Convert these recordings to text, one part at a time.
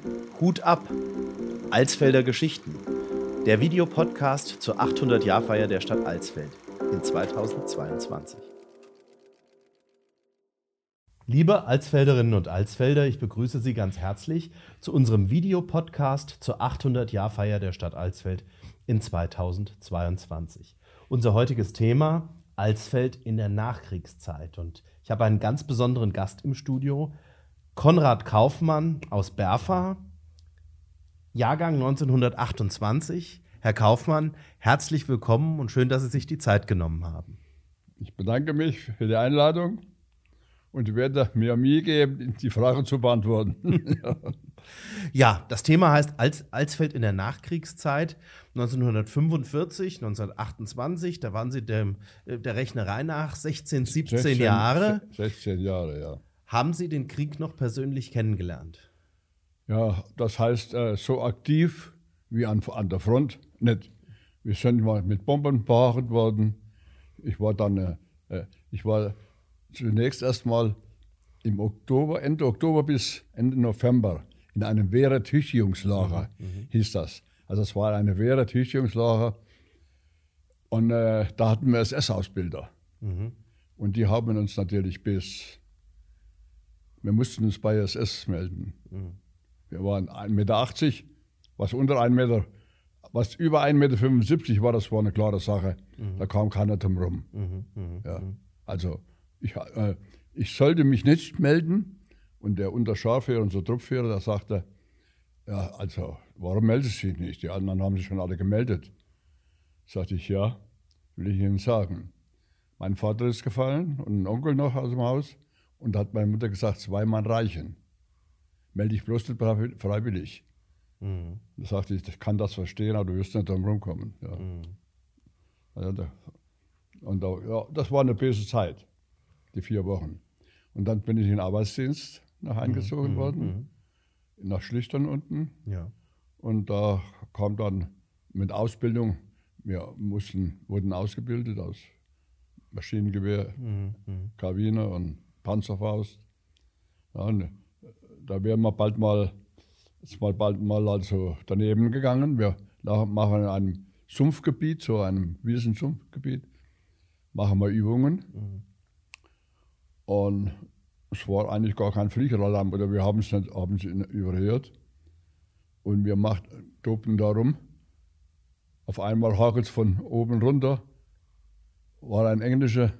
Hut ab! Alsfelder Geschichten. Der Videopodcast zur 800-Jahr-Feier der Stadt Alsfeld in 2022. Liebe Alsfelderinnen und Alsfelder, ich begrüße Sie ganz herzlich zu unserem Videopodcast zur 800-Jahr-Feier der Stadt Alsfeld in 2022. Unser heutiges Thema: Alsfeld in der Nachkriegszeit. Und ich habe einen ganz besonderen Gast im Studio, Konrad Kaufmann aus Berfa, Jahrgang 1928. Herr Kaufmann, herzlich willkommen und schön, dass Sie sich die Zeit genommen haben. Ich bedanke mich für die Einladung und werde mir Mühe geben, die Frage zu beantworten. Ja, das Thema heißt Alsfeld in der Nachkriegszeit. 1945, 1928, da waren Sie der Rechnerei nach 16, 17 Jahre. 16 Jahre, ja. Haben Sie den Krieg noch persönlich kennengelernt? Ja, das heißt, so aktiv wie an der Front nicht. Wir sind mal mit Bomben bewacht worden. Ich war zunächst erstmal im Oktober, Ende Oktober bis Ende November in einem Wehrertüchtigungslager, hieß das. Also es war eine Wehrertüchtigungslager und da hatten wir SS-Ausbilder. Und die haben uns natürlich wir mussten uns bei SS melden. Wir waren 1,80 Meter, was über 1,75 Meter war, das war eine klare Sache. Da kam keiner drum rum. Ja. Also ich sollte mich nicht melden. Und der Unterscharführer, unser Truppführer, der sagte, ja, also warum meldest du dich nicht? Die anderen haben sich schon alle gemeldet. Sagte ich, ja, will ich Ihnen sagen. Mein Vater ist gefallen und ein Onkel noch aus dem Haus. Und da hat meine Mutter gesagt, 2 Mann reichen. Melde dich bloß nicht freiwillig. Da sagte ich kann das verstehen, aber du wirst nicht drum rumkommen. Ja. Das war eine böse Zeit, die 4 Wochen. Und dann bin ich in den Arbeitsdienst eingezogen worden, nach Schlichtern unten. Ja. Und da kam dann mit Ausbildung, wir wurden ausgebildet aus Maschinengewehr, Karabiner und Panzerfaust. Ja, da wären wir bald mal also daneben gegangen. Wir machen in einem Sumpfgebiet, so einem Wiesensumpfgebiet, machen wir Übungen. Und es war eigentlich gar kein Fliegeralarm, oder wir haben es überhört. Und wir tobten darum. Auf einmal hakelt es von oben runter, war ein englischer,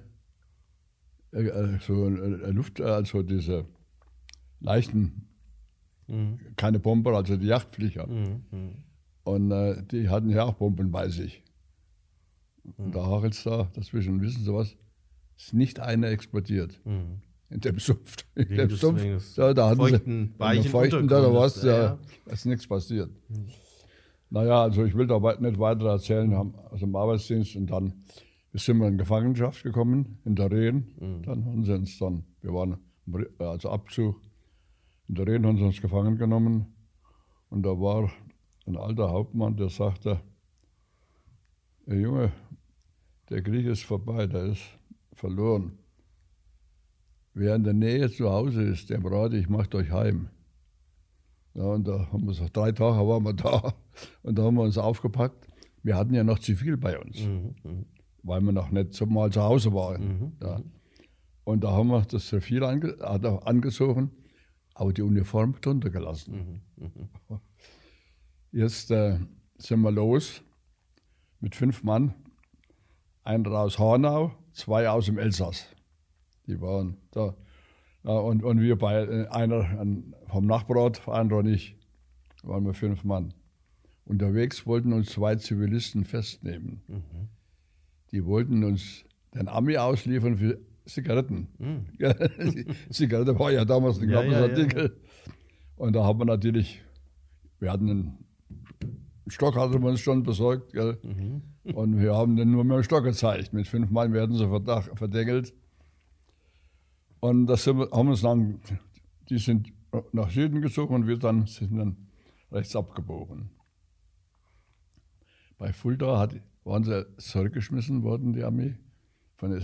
also diese leichten, keine Bomber, also die Jagdflieger. Und die hatten ja auch Bomben bei sich. Und da hakelt es da dazwischen. Wissen Sie was? Es ist nicht einer explodiert. In dem Sumpf. Da hatten sie einen feuchten, da ist nichts passiert. Naja, also ich will da nicht weiter erzählen. Haben also im Arbeitsdienst und dann sind wir in Gefangenschaft gekommen, in der Rehn. Dann haben sie uns wir waren also Abzug. In der Rehn haben sie uns gefangen genommen. Und da war ein alter Hauptmann, der sagte, hey Junge, der Krieg ist vorbei, der ist verloren. Wer in der Nähe zu Hause ist, dem rate ich, macht euch heim. Ja, und da haben wir so 3 Tage waren wir da und da haben wir uns aufgepackt. Wir hatten ja noch Zivil bei uns, weil wir noch nicht mal zu Hause waren. Ja. Und da haben wir das Zivil angezogen, aber die Uniform drunter gelassen. Jetzt sind wir los mit 5 Mann, einer aus Hornau, 2 aus dem Elsass. Die waren da. Ja, und wir einer vom Nachbarort, einer und ich, waren wir 5 Mann. Unterwegs wollten uns 2 Zivilisten festnehmen. Die wollten uns den Ami ausliefern für Zigaretten. Zigarette war ja damals ein knappes Artikel. Ja. Und da haben wir natürlich, wir hatten einen Stock, hatten wir uns schon besorgt. Gell? Und wir haben den nur mit dem Stock gezeigt. Mit 5 Mann werden sie verdeckelt. Und das haben uns dann, die sind nach Süden gezogen und wir sind dann rechts abgebogen. Bei Fulda waren sie zurückgeschmissen worden, die Armee von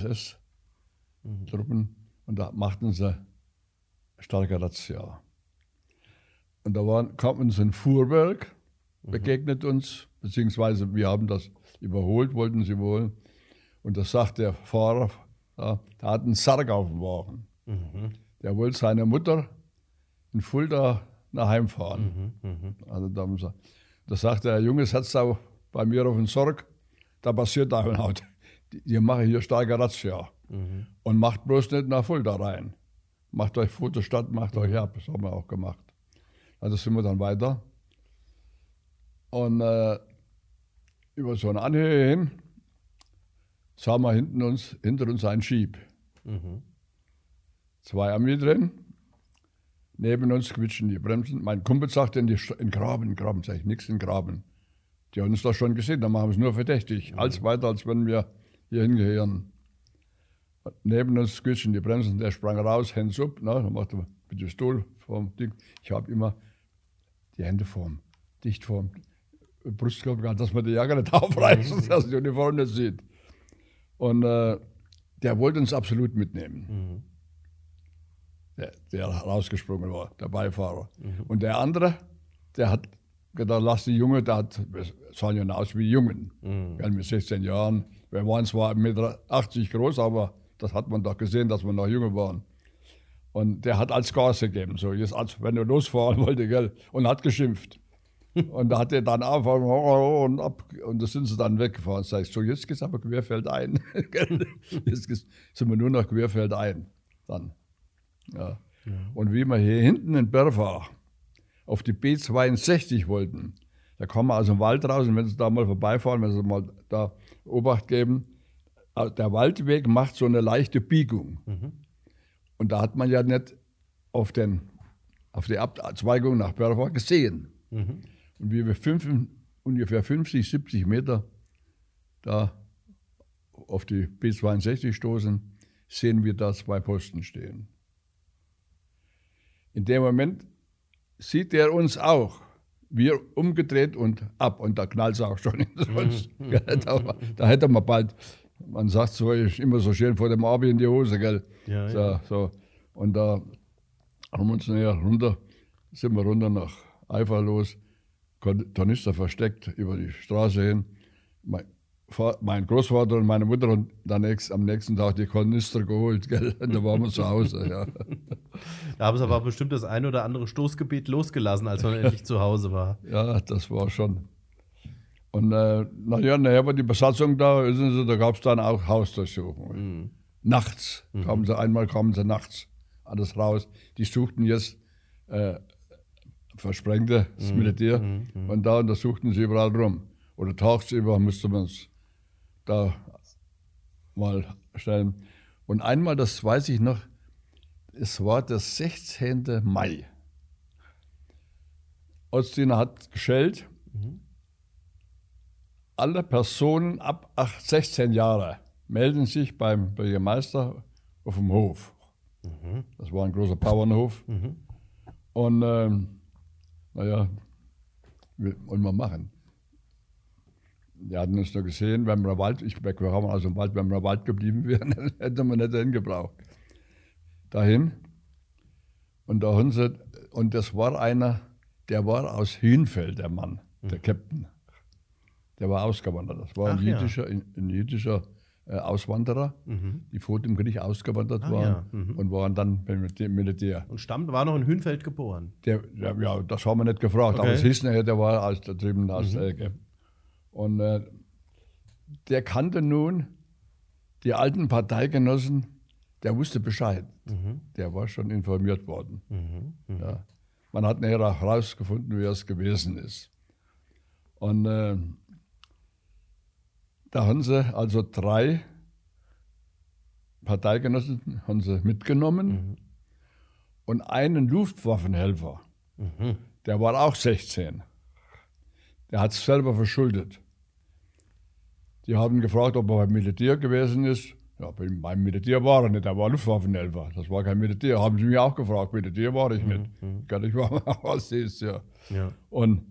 SS-Truppen. Und da machten sie starke Razzia. Und da kam uns ein Fuhrwerk, begegnet uns, beziehungsweise wir haben das überholt, wollten sie überholen. Und da sagt der Fahrer, der hat einen Sarg auf dem Wagen. Der wollte seine Mutter in Fulda nach Heim fahren. Also da sagt der Junge, setzt auch bei mir auf den Sarg, da passiert auch ein Auto. Die machen hier starke Razzia. Und macht bloß nicht nach Fulda rein. Macht euch Fotostadt, macht euch ab. Das haben wir auch gemacht. Also sind wir dann weiter. Und über so eine Anhöhe hin sahen wir hinter uns einen Jeep. 2 Ami drin. Neben uns quietschen die Bremsen. Mein Kumpel sagte, in Graben. Sag ich, nichts in Graben. Die haben uns doch schon gesehen, da machen wir es nur verdächtig. Alles weiter, als wenn wir hier hingehören. Neben uns quietschen die Bremsen, der sprang raus, Hands up, dann machte er mit dem Stuhl vorm Ding. Ich habe immer die Hände dicht vorm Brustkorb gehabt, dass man die Jacke nicht aufreißt, dass die Uniform nicht sieht. Und der wollte uns absolut mitnehmen. Der rausgesprungen war, der Beifahrer. Und der andere, der hat gedacht, lass die Junge, sahen ja aus wie Jungen. Mit 16 Jahren. Wir waren zwar 1,80 Meter groß, aber das hat man doch gesehen, dass wir noch Junge waren. Und der hat als Gas gegeben, so jetzt, als wenn er losfahren wollte, gell, und hat geschimpft. Und da hat er dann und da sind sie dann weggefahren. Sag ich, so, jetzt geht's aber querfeldein. Jetzt sind wir nur noch querfeldein. Dann. Ja. Und wie wir hier hinten in Berfa auf die B62 wollten, da kommen wir aus dem Wald raus und wenn Sie da mal vorbeifahren, wenn Sie mal da Obacht geben, der Waldweg macht so eine leichte Biegung. Und da hat man ja nicht auf die Abzweigung nach Berfa gesehen. Und wie wir ungefähr 50, 70 Meter da auf die B62 stoßen, sehen wir da 2 Posten stehen. In dem Moment sieht er uns auch. Wir umgedreht und ab. Und da knallt es auch schon in das Holz. Da hätte man bald, man sagt so, immer so schön vor dem Abi in die Hose, gell? Ja. So. Und da haben wir uns näher sind wir runter nach Eifer los, Tornister versteckt über die Straße hin. Mein Großvater und meine Mutter und dann am nächsten Tag die Tornister geholt, gell? Und da waren wir zu Hause, ja. Da haben sie aber bestimmt das ein oder andere Stoßgebet losgelassen, als man endlich zu Hause war. Ja, das war schon. Und nachher war die Besatzung da, da gab es dann auch Hausdurchsuchungen. Nachts kamen sie nachts alles raus. Die suchten jetzt Versprengte, das Militär, und da untersuchten sie überall rum. Oder tagsüber musste man es da mal stellen. Und einmal, das weiß ich noch, es war der 16. Mai. Ostdiener hat geschellt, alle Personen ab 16 Jahre melden sich beim Bürgermeister auf dem Hof. Das war ein großer Bauernhof. Und wollen wir machen. Die hatten uns nur gesehen, wenn wir im Wald, wir haben also im Wald, wenn wir im Wald geblieben wären, hätten wir nicht dahin gebraucht. Dahin. Und das war einer, der war aus Hünfeld, der Mann, der Captain. Der war ausgewandert. Das war ein jüdischer Auswanderer, die vor dem Krieg ausgewandert waren und waren dann beim Militär. Und war noch in Hünfeld geboren? Ja, das haben wir nicht gefragt, aber es hieß nachher, der war da drüben aus der Ecke. Und der kannte nun die alten Parteigenossen, der wusste Bescheid. Der war schon informiert worden. Ja. Man hat nachher auch herausgefunden, wie es gewesen ist. Und da haben sie also 3 Parteigenossen haben sie mitgenommen und einen Luftwaffenhelfer, der war auch 16. Der hat es selber verschuldet. Die haben gefragt, ob er beim Militär gewesen ist. Ja, beim Militär war er nicht, er war Luftwaffenhelfer. Das war kein Militär. Haben sie mich auch gefragt, Militär war ich nicht. Ich war Außendienst, ja. Und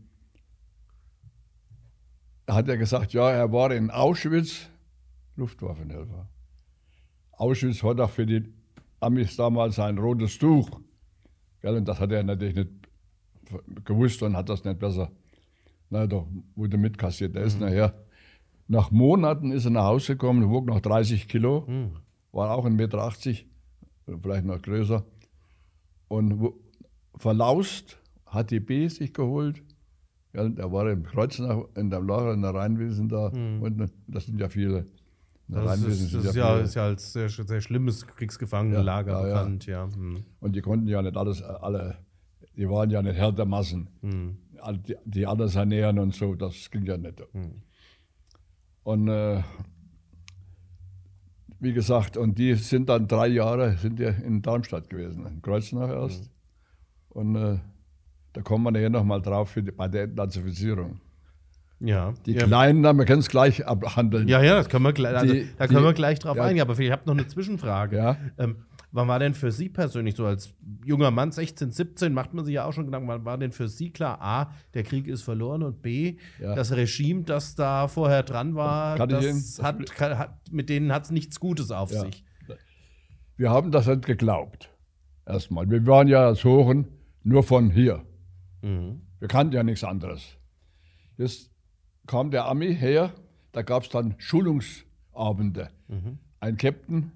da hat er gesagt, ja, er war in Auschwitz Luftwaffenhelfer. Auschwitz hat auch für die Amis damals ein rotes Tuch. Und das hat er natürlich nicht gewusst und hat das nicht besser. Na doch, wurde mitkassiert. Der ist nachher, nach Monaten ist er nach Hause gekommen, wog noch 30 Kilo, war auch 1,80 Meter, vielleicht noch größer. Und verlaust, HTB sich geholt. Ja, der war im Kreuznach, in der Lager, in der Rheinwiesen da. Und das sind ja viele. Das ist ja als sehr, sehr schlimmes Kriegsgefangenenlager bekannt. Ja. Und die konnten ja nicht die waren ja nicht Herr der Massen, die alles ernähren und so, das ging ja nicht. Und wie gesagt, und die sind dann 3 Jahre in Darmstadt gewesen, in Kreuznach erst. Und da kommen wir nachher nochmal drauf bei der Entnazifizierung. Ja. Die Kleinen, wir können es gleich abhandeln. Ja, das können wir können wir gleich drauf eingehen. Aber ich habe noch eine Zwischenfrage. Ja. Wann war denn für Sie persönlich, so als junger Mann, 16, 17, macht man sich ja auch schon Gedanken, wann war denn für Sie klar, A, der Krieg ist verloren und B, das Regime, das da vorher dran war, mit denen hat es nichts Gutes auf sich? Wir haben das nicht geglaubt. Erstmal. Wir waren ja als Hochen nur von hier. Wir kannten ja nichts anderes. Jetzt kam der Ami her, da gab es dann Schulungsabende. Ein Captain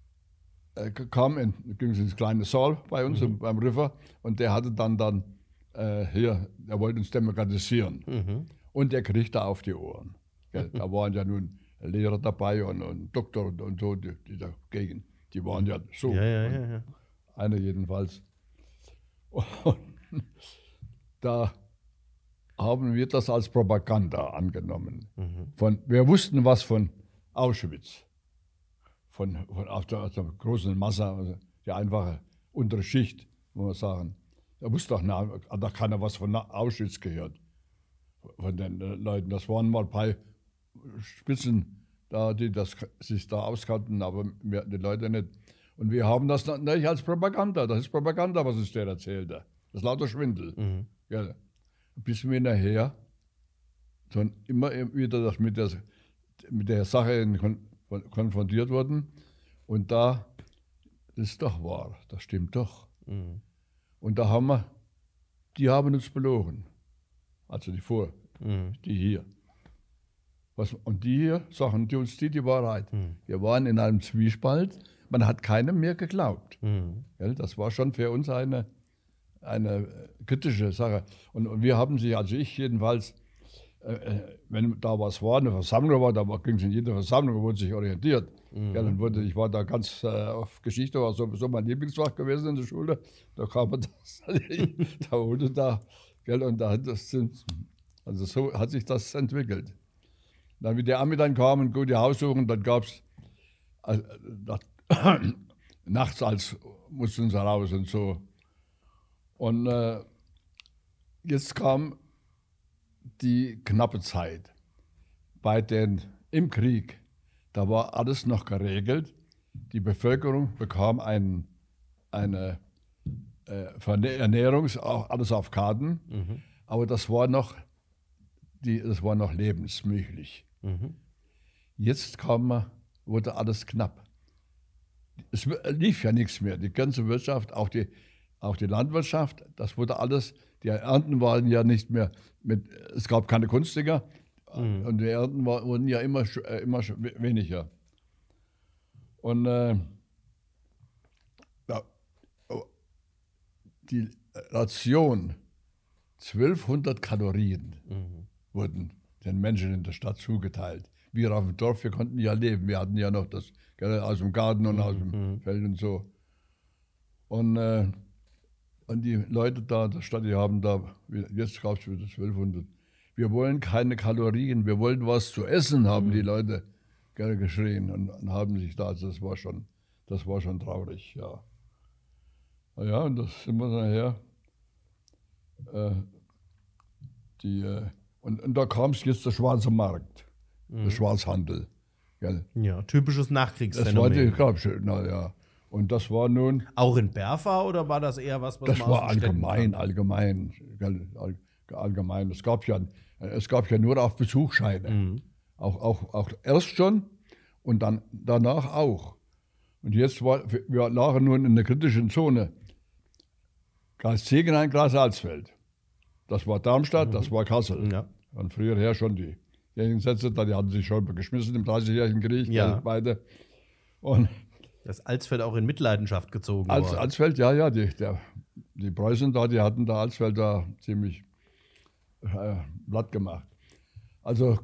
ging ins kleine Saal bei uns beim River und der hatte dann er wollte uns demokratisieren. Und der kriegte auf die Ohren. Da waren ja nun Lehrer dabei und Doktor und so, die dagegen. Die waren ja so. Ja. Einer jedenfalls. Und da haben wir das als Propaganda angenommen. Wir wussten was von Auschwitz. Von aus der großen Masse, also die einfache untere Schicht, muss man sagen. Da wusste doch keiner was von Auschwitz gehört. Von den Leuten. Das waren mal ein paar Spitzen da, die sich da auskannten, aber die Leute nicht. Und wir haben das nicht als Propaganda. Das ist Propaganda, was uns der erzählte. Das ist lauter Schwindel. Ja. Bis wir nachher dann immer wieder mit der Sache konfrontiert wurden. Und das ist doch wahr, das stimmt doch. Und da die haben uns belogen. Also die hier. Und die hier sagen uns die Wahrheit. Wir waren in einem Zwiespalt, man hat keinem mehr geglaubt. Das war schon für uns eine kritische Sache. Und wir haben sie, also ich jedenfalls, wenn da was war, eine Versammlung war, da ging es in jeder Versammlung, wurde sich orientiert. Dann ich war da ganz auf Geschichte, war sowieso mein Lieblingsfach gewesen in der Schule. Da kam man das, und da also so hat sich das entwickelt. Dann, wie der Ami dann kam und gute Haussuchung, dann gab es nachts mussten sie raus und so. Und jetzt kam die knappe Zeit. Im Krieg, da war alles noch geregelt. Die Bevölkerung bekam eine Ernährung, auch alles auf Karten. Aber das war noch lebensmöglich. Jetzt wurde alles knapp. Es lief ja nichts mehr. Die ganze Wirtschaft, auch die Landwirtschaft, das wurde alles, die Ernten waren ja nicht mehr es gab keine Kunstdünger und die Ernten wurden ja immer weniger. Und die Ration, 1200 Kalorien wurden den Menschen in der Stadt zugeteilt. Wir auf dem Dorf, wir konnten ja leben. Wir hatten ja noch das aus dem Garten und aus dem Feld und so. Und die Leute da in der Stadt, die haben jetzt gab es wieder 1200. Wir wollen keine Kalorien, wir wollen was zu essen, haben die Leute gerne geschrien und haben sich also das war schon traurig, ja. Ja, und das sind wir nachher. Und da kam es jetzt der schwarze Markt, der Schwarzhandel. Gell? Ja, typisches Nachkriegsphänomen. Das war ja. Und das war nun. Auch in Berfa oder war das eher was das war allgemein. Es gab ja nur auf Besuchsscheine. Auch erst schon und dann danach auch. Und jetzt wir lagen nun in der kritischen Zone. Kreis Zegenheim, Kreis Alsfeld. Das war Darmstadt, das war Kassel. Ja. Und früher her schon die Gegensätze, die hatten sich schon geschmissen im 30-jährigen Krieg, Ja. beide. Und Das Alsfeld auch in Mitleidenschaft gezogen worden. Alsfeld, ja, die Preußen da, die hatten da Alsfeld da ziemlich platt gemacht. Also,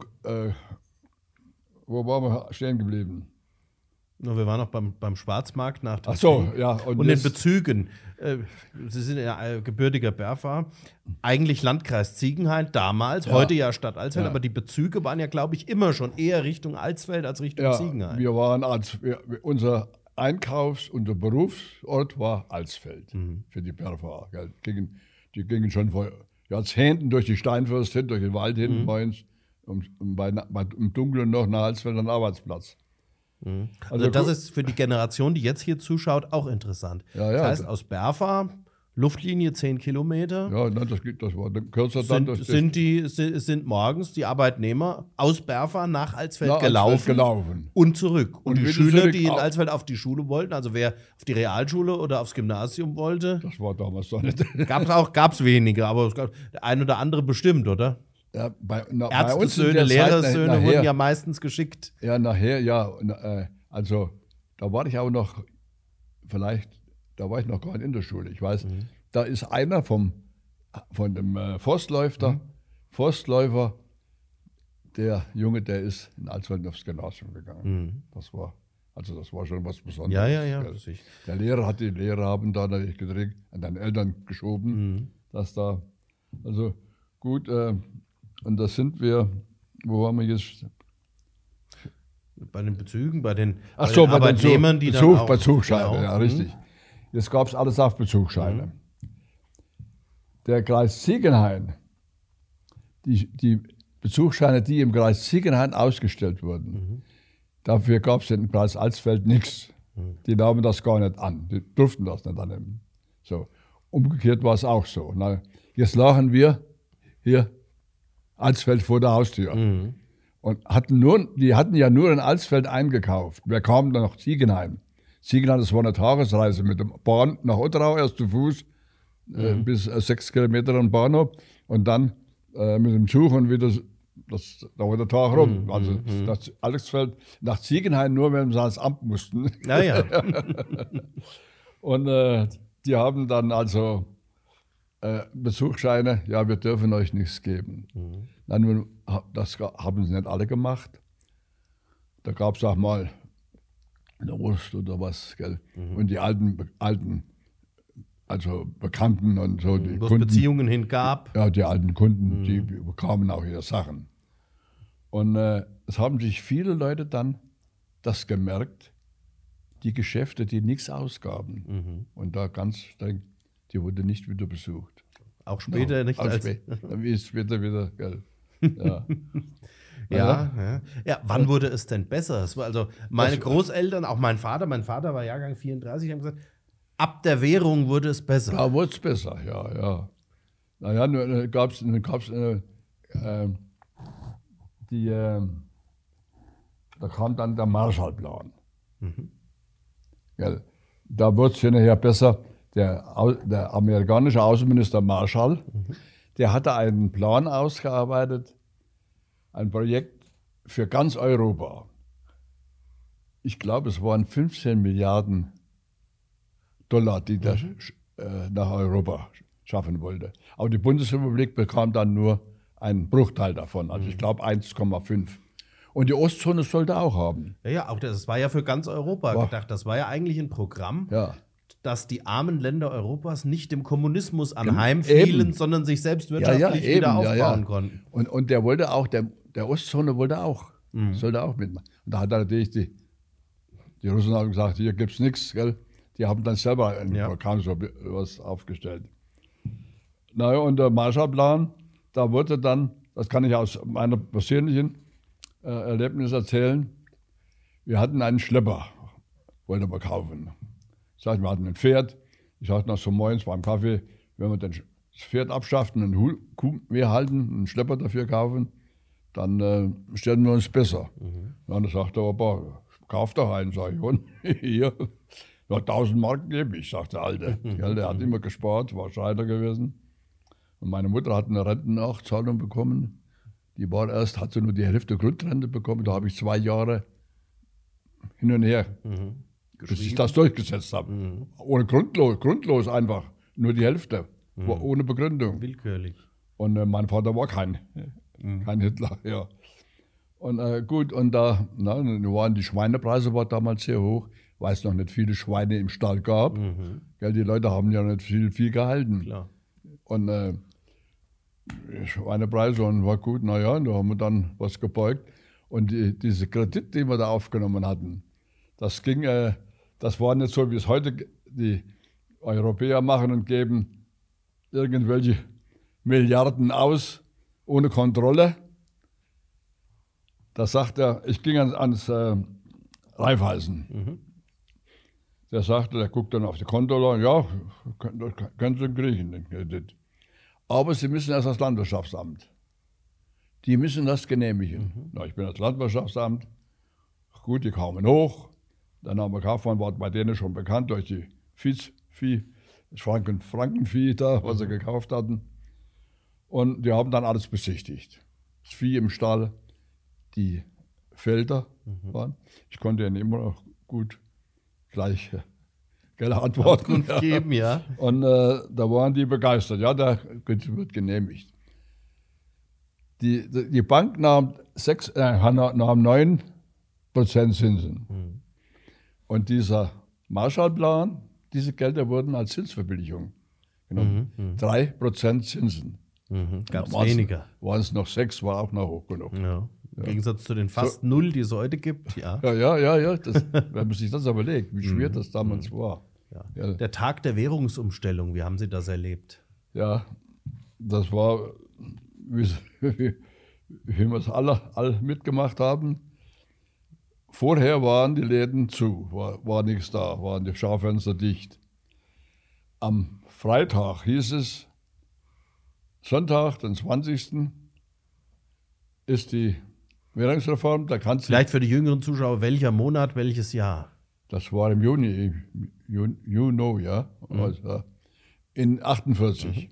wo waren wir stehen geblieben? Wir waren noch beim Schwarzmarkt nach dem Ach so, Krieg. ja. Und den Bezügen. Sie sind ja gebürtiger Berfer. Eigentlich Landkreis Ziegenhain damals, heute ja Stadt Alsfeld, aber die Bezüge waren ja, glaube ich, immer schon eher Richtung Alsfeld als Richtung Ziegenhain. Wir waren unser unser Berufsort war Alsfeld für die Berfer. Die gingen schon vor Jahrzehnten durch die Steinfürst hin, durch den Wald hin bei uns, im Dunkeln noch nach Alsfeld einen Arbeitsplatz. Also das ist für die Generation, die jetzt hier zuschaut, auch interessant. Ja, das heißt, aus Berfa, Luftlinie 10 Kilometer, ja, das war kürzer dann. sind morgens die Arbeitnehmer aus Berfa nach Alsfeld gelaufen und zurück. Und die Schüler, die in Alsfeld auf die Schule wollten, also wer auf die Realschule oder aufs Gymnasium wollte, das war damals doch nicht. Gab's wenige, aber es gab der ein oder andere bestimmt, oder? Ja, Ärztesöhne, Lehrersöhne wurden ja meistens geschickt. Ja, nachher, ja. Also, da war ich auch noch, da war ich noch gar nicht in der Schule. Ich weiß, da ist einer von dem Forstläufer, der Junge, der ist in Alsfeld aufs Gymnasium gegangen. Das war schon was Besonderes. Ja. Der Lehrer haben da natürlich gedrängt, an den Eltern geschoben, dass da, also gut, und da sind wir, wo waren wir jetzt? Bei den Bezügen, bei den Arbeitnehmern, die dann auch... Bezugsscheine, genau. Ja, richtig. Jetzt gab es alles auf Bezugsscheine. Der Kreis Ziegenhain, die Bezugsscheine, die im Kreis Ziegenhain ausgestellt wurden, dafür gab es im Kreis Alsfeld nichts. Die nahmen das gar nicht an, die durften das nicht annehmen. So. Umgekehrt war es auch so. Na, jetzt lagen wir hier Alsfeld vor der Haustür. Und die hatten ja nur in Alsfeld eingekauft. Wir kamen dann nach Ziegenhain. Ziegenhain, das war eine Tagesreise mit der Bahn nach Otterau, erst zu Fuß, bis 6 Kilometer am Bahnhof und dann mit dem Zug und wieder, da war der Tag rum. Also das Alsfeld, nach Ziegenhain nur, wenn wir ans Amt mussten. Ja. Und die haben dann also Bezugsscheine, ja, wir dürfen euch nichts geben. Nein, das haben sie nicht alle gemacht. Da gab es auch mal eine Wurst oder was, gell? Und die alten, also Bekannten und so, die Wo es Kunden, Beziehungen hingab. ja, die alten Kunden, die bekamen auch ihre Sachen. Und es haben sich viele Leute dann das gemerkt, die Geschäfte, die nichts ausgaben. Und da ganz streng, die wurde nicht wieder besucht. Auch später nicht als... Wie ist später wieder, gell? Ja. Wann wurde es denn besser? Es war also meine Großeltern, auch mein Vater war Jahrgang 34, haben gesagt, ab der Währung wurde es besser. Da wurde es besser, ja. Naja, nur gab's da kam dann der Marshallplan. Gell? Da wurde es hinterher besser. Der amerikanische Außenminister Marshall, der hatte einen Plan ausgearbeitet, ein Projekt für ganz Europa. Ich glaube, es waren 15 Milliarden Dollar, die der nach Europa schaffen wollte. Aber die Bundesrepublik bekam dann nur einen Bruchteil davon, also ich glaube 1,5. Und die Ostzone sollte auch haben. Ja, auch das war ja für ganz Europa gedacht. Das war ja eigentlich ein Programm, dass die armen Länder Europas nicht dem Kommunismus anheimfielen, sondern sich selbst wirtschaftlich wieder aufbauen konnten. Und der wollte auch, der Ostzone wollte auch, sollte auch mitmachen. Und da hat natürlich die Russen haben gesagt, hier gibt es nichts, gell? Die haben dann selber ein Programm so was aufgestellt. Naja, und der Marshallplan, da wurde dann, das kann ich aus meiner persönlichen Erlebnis erzählen, wir hatten einen Schlepper, wollten wir kaufen. Das heißt, wir hatten ein Pferd. Ich sagte noch so morgens beim Kaffee, wenn wir das Pferd abschaffen und Kuhmehl halten, einen Schlepper dafür kaufen, dann stellen wir uns besser. Dann sagte der Opa, kauf doch einen, sag ich, und hier, ja, 1000 Mark gebe ich, sagt der Alte. Der hat immer gespart, war Scheiter gewesen. Und meine Mutter hat eine Rentennachzahlung bekommen. Die war erst, hat sie nur die Hälfte Grundrente bekommen. Da habe ich 2 Jahre hin und her, bis ich das durchgesetzt habe. Ohne grundlos einfach. Nur die Hälfte, ohne Begründung. Willkürlich. Und mein Vater war kein Hitler. Ja. Und gut, und da waren die Schweinepreise war damals sehr hoch, weil es noch nicht viele Schweine im Stall gab. Gell, die Leute haben ja nicht viel gehalten. Klar. Und Schweinepreise und war gut, naja, da haben wir dann was gebeugt. Und diese Kredit, den wir da aufgenommen hatten, das war nicht so, wie es heute die Europäer machen und geben irgendwelche Milliarden aus, ohne Kontrolle. Da sagt er, ich ging ans Raiffeisen. Der sagte, der guckt dann auf die Kontola, ja, können Sie kriegen, den Kredit. Aber Sie müssen erst das Landwirtschaftsamt. Die müssen das genehmigen. Na, ich bin das Landwirtschaftsamt. Gut, die kamen hoch. Der Name Kaufmann war bei denen schon bekannt durch die Frankenvieh da, was sie gekauft hatten. Und die haben dann alles besichtigt. Das Vieh im Stall, die Felder waren. Ich konnte ihnen immer noch gut gleich antworten. Geben, ja. Und da waren die begeistert. Ja, da wird genehmigt. Die Bank nahm 9% Zinsen. Und dieser Marshallplan, diese Gelder wurden als Zinsverbilligung genommen. 3% Zinsen. Gab es weniger. Waren es noch 6, war auch noch hoch genug. Ja. Im Gegensatz zu den fast 0, die es heute gibt. Ja. Ja. Wenn man sich das überlegt, wie schwer das damals war. Ja. Der Tag der Währungsumstellung, wie haben Sie das erlebt? Ja, das war, wie wir es alle mitgemacht haben. Vorher waren die Läden zu, war nichts da, waren die Schaufenster dicht. Am Freitag hieß es, Sonntag, den 20. ist die Währungsreform. Da kannst Vielleicht für die jüngeren Zuschauer, welcher Monat, welches Jahr? Das war im Juni, ja, also in 48.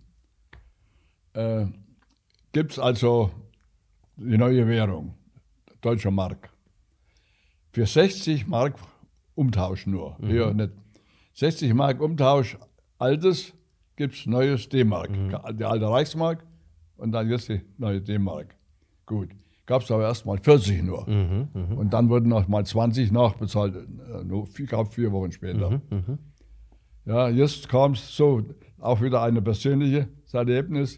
Gibt es also die neue Währung, deutsche Mark. Für 60 Mark Umtausch nur, hier nicht. 60 Mark Umtausch, altes, gibt es neues D-Mark. Die alte Reichsmark und dann jetzt die neue D-Mark. Gut. Gab es aber erst mal 40 nur. Und dann wurden noch mal 20 nachbezahlt, gab 4 Wochen später. Ja, jetzt kam es so, auch wieder ein persönliches Erlebnis.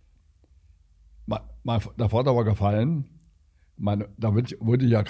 Der Vater war gefallen. Da wurde ja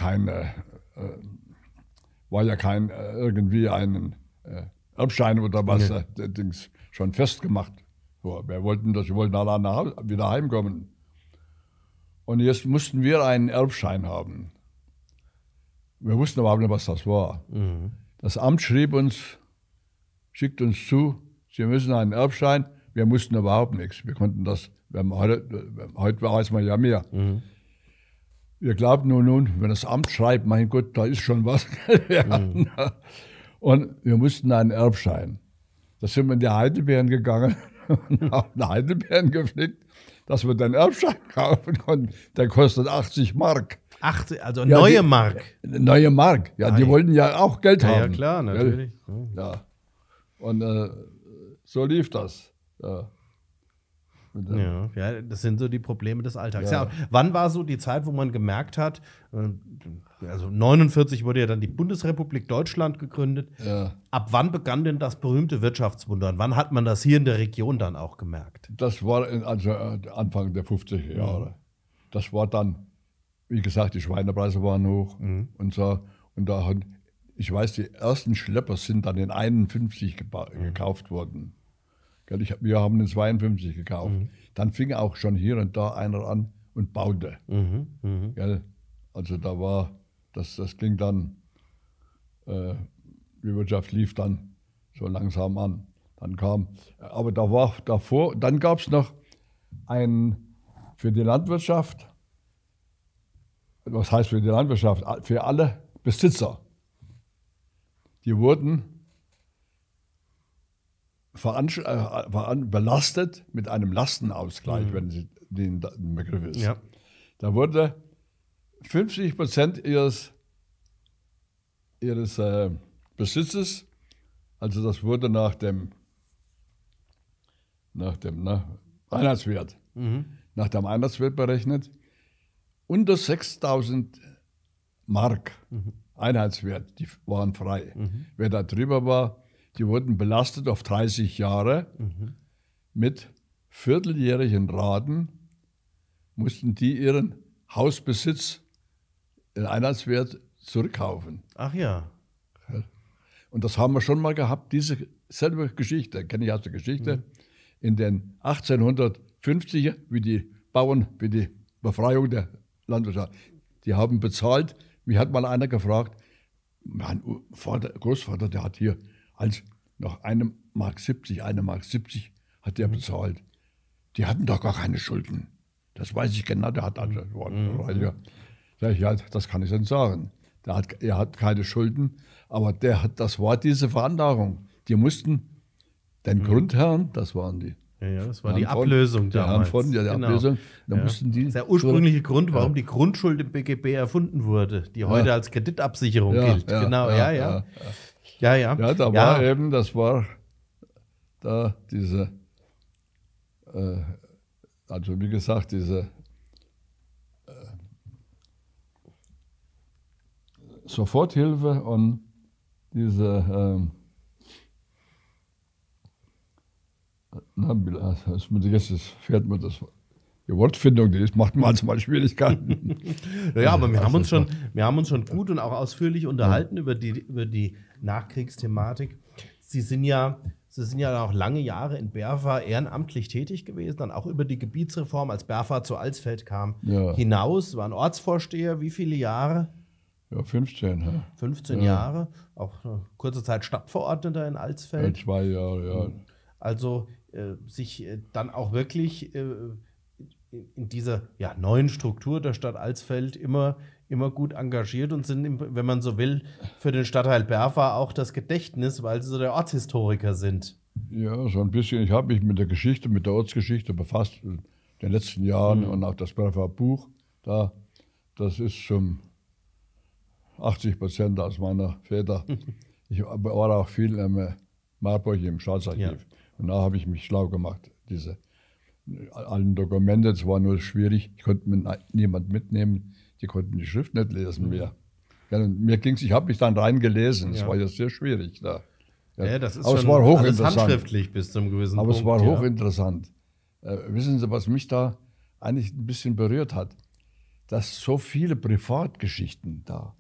war ja kein irgendwie einen Erbschein oder was Dings schon festgemacht. Wir wollten alle wieder heimkommen. Und jetzt mussten wir einen Erbschein haben. Wir wussten überhaupt nicht, was das war. Das Amt schickt uns zu, Sie müssen einen Erbschein. Wir mussten überhaupt nichts. Wir konnten das, heute weiß man ja mehr. Wir glaubten nun, wenn das Amt schreibt, mein Gott, da ist schon was. Und wir mussten einen Erbschein. Da sind wir in die Heidelbeeren gegangen und haben Heidelbeeren gepflückt, dass wir den Erbschein kaufen konnten. Der kostet 80 Mark. Also neue Mark? Neue Mark, ja, die wollten ja auch Geld haben. Ja, klar, natürlich. Ja. Und so lief das. Ja, das sind so die Probleme des Alltags. Ja. Wann war so die Zeit, wo man gemerkt hat, also 49 wurde ja dann die Bundesrepublik Deutschland gegründet. Ja. Ab wann begann denn das berühmte Wirtschaftswunder? Und wann hat man das hier in der Region dann auch gemerkt? Das war Anfang der 50er Jahre. Das war dann, wie gesagt, die Schweinepreise waren hoch und so. Und ich weiß, die ersten Schlepper sind dann in 51 gekauft worden. Wir haben in 52 gekauft. Dann fing auch schon hier und da einer an und baute. Also da war, das ging dann, die Wirtschaft lief dann so langsam an. Dann kam, aber da war davor, dann gab es noch für die Landwirtschaft, was heißt für die Landwirtschaft? Für alle Besitzer. Die wurden belastet mit einem Lastenausgleich, wenn Sie den Begriff ist. Ja. Da wurde 50% ihres Besitzes, also das wurde nach dem Einheitswert, nach dem Einheitswert berechnet, unter 6.000 Mark Einheitswert, die waren frei. Wer da drüber war, die wurden belastet auf 30 Jahre mit vierteljährigen Raten, mussten die ihren Hausbesitz, den Einheitswert, zurückkaufen. Ach ja. Und das haben wir schon mal gehabt, diese selbe Geschichte, kenne ich aus der Geschichte, in den 1850er, wie die Befreiung der Landwirtschaft, die haben bezahlt. Mich hat mal einer gefragt, mein Großvater, der hat hier als noch 1,70 Mark hat der bezahlt. Die hatten doch gar keine Schulden. Das weiß ich genau, der hat also, ja, das kann ich dann sagen. Er hat keine Schulden, aber das war diese Veranlagung. Die mussten den Grundherren, das waren die. Ja, das war die Ablösung damals. Die Ablösung. Da mussten die, das ist der ursprüngliche Grund, warum die Grundschuld im BGB erfunden wurde, die heute als Kreditabsicherung gilt. Genau, ja. Ja, da war eben, das war da diese, also wie gesagt, diese Soforthilfe und diese, jetzt fährt mir das, die Wortfindung, die macht manchmal Schwierigkeiten. Ja, aber wir haben uns schon gut und auch ausführlich unterhalten über die Nachkriegsthematik. Sie sind ja auch lange Jahre in Berfa ehrenamtlich tätig gewesen, dann auch über die Gebietsreform, als Berfa zu Alsfeld kam, hinaus, waren Ortsvorsteher, wie viele Jahre? Ja, 15. Ja. 15 Jahre, auch eine kurze Zeit Stadtverordneter in Alsfeld. Ja, 2 Jahre, ja. Also sich dann auch wirklich in dieser neuen Struktur der Stadt Alsfeld immer gut engagiert und sind, wenn man so will, für den Stadtteil Berfa auch das Gedächtnis, weil sie so der Ortshistoriker sind. Ja, so ein bisschen. Ich habe mich mit der Ortsgeschichte befasst in den letzten Jahren und auch das Berfa Buch, das ist schon 80% aus meiner Väter. Ich war auch viel in Marburg im Staatsarchiv. Ja. Und da habe ich mich schlau gemacht. Diese alten Dokumente, es war nur schwierig, ich konnte niemand mitnehmen, die konnten die Schrift nicht lesen mehr. Ja, und mir ging's, ich habe mich dann reingelesen, es war ja sehr schwierig da. Ja, das ist aber schon es war alles handschriftlich bis zum gewissen Punkt. Aber es war hochinteressant. Wissen Sie, was mich da eigentlich ein bisschen berührt hat? Dass so viele Privatgeschichten da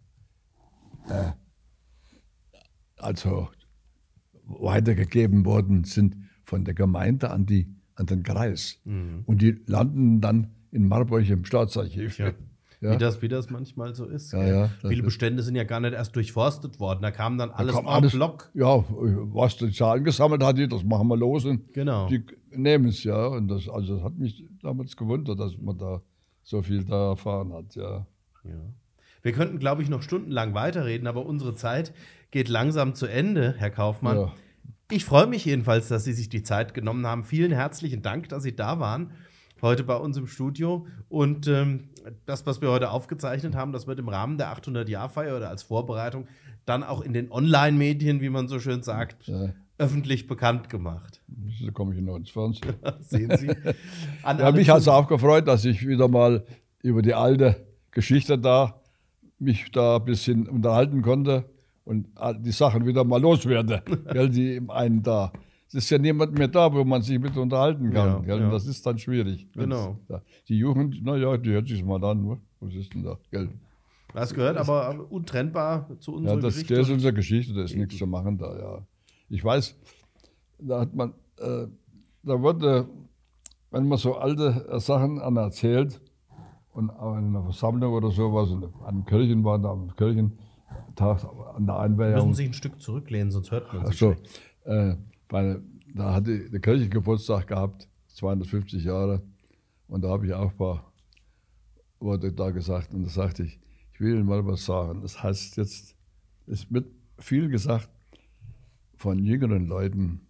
also weitergegeben worden sind von der Gemeinde an den Kreis. Und die landen dann in Marburg im Staatsarchiv. Ja. Wie das manchmal so ist. Ja, viele Bestände sind ja gar nicht erst durchforstet worden. Da kam dann alles auf Block. Ja, was die Zahlen gesammelt hat, das machen wir los. Und genau. Die nehmen es, ja. Und das hat mich damals gewundert, dass man da so viel da erfahren hat, ja. Wir könnten, glaube ich, noch stundenlang weiterreden, aber unsere Zeit geht langsam zu Ende, Herr Kaufmann. Ja. Ich freue mich jedenfalls, dass Sie sich die Zeit genommen haben. Vielen herzlichen Dank, dass Sie da waren, heute bei uns im Studio. Und das, was wir heute aufgezeichnet haben, das wird im Rahmen der 800-Jahr-Feier oder als Vorbereitung dann auch in den Online-Medien, wie man so schön sagt, öffentlich bekannt gemacht. Da komme ich noch ins Fernsehen. Sehen Sie. Mich hat es auch gefreut, dass ich wieder mal über die alte Geschichte mich da ein bisschen unterhalten konnte und die Sachen wieder mal loswerde. Die einen da. Es ist ja niemand mehr da, wo man sich mit unterhalten kann. Ja. Das ist dann schwierig. Genau. Die Jugend, die hört sich mal an. Was ist denn da? Gell? Das gehört aber untrennbar zu unserer Geschichte. Das ist unsere Geschichte, da ist nichts zu machen da, ja. Ich weiß, da hat man, da wurde, wenn man so alte Sachen erzählt, und auch in einer Versammlung oder sowas, und an einem Kirchen waren da, am Kirchentag, an der Einweihung. Müssen Sie ein Stück zurücklehnen, sonst hört man sich. Achso, da hatte die Kirche Geburtstag gehabt, 250 Jahre, und da habe ich auch ein paar Worte da gesagt, und da sagte ich will Ihnen mal was sagen. Das heißt jetzt, es wird viel gesagt von jüngeren Leuten,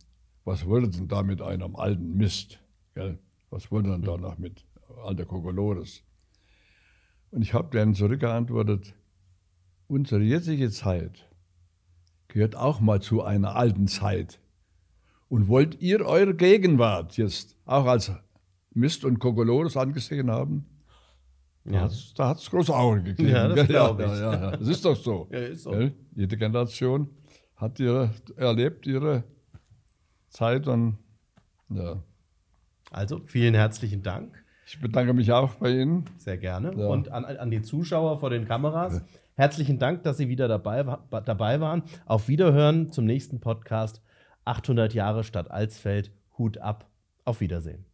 was wollen denn da mit einem alten Mist? Gell? Was wollen denn da noch mit alter Kokolores? Und ich habe denen zurückgeantwortet, unsere jetzige Zeit gehört auch mal zu einer alten Zeit. Und wollt ihr eure Gegenwart jetzt auch als Mist und Kokolores angesehen haben? Ja. Da hat es große Augen gegeben. Ja, das glaube ich. Ja. Das ist doch so. Ja, ist so. Gell? Jede Generation hat erlebt ihre Zeit und ja. Also, vielen herzlichen Dank. Ich bedanke mich auch bei Ihnen. Sehr gerne. Ja. Und an die Zuschauer vor den Kameras, herzlichen Dank, dass Sie wieder dabei waren. Auf Wiederhören zum nächsten Podcast. 800 Jahre Stadt Alsfeld. Hut ab. Auf Wiedersehen.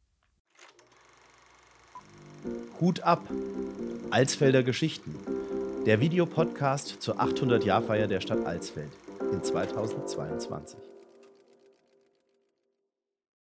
Hut ab. Alsfelder Geschichten. Der Videopodcast zur 800-Jahr-Feier der Stadt Alsfeld in 2022.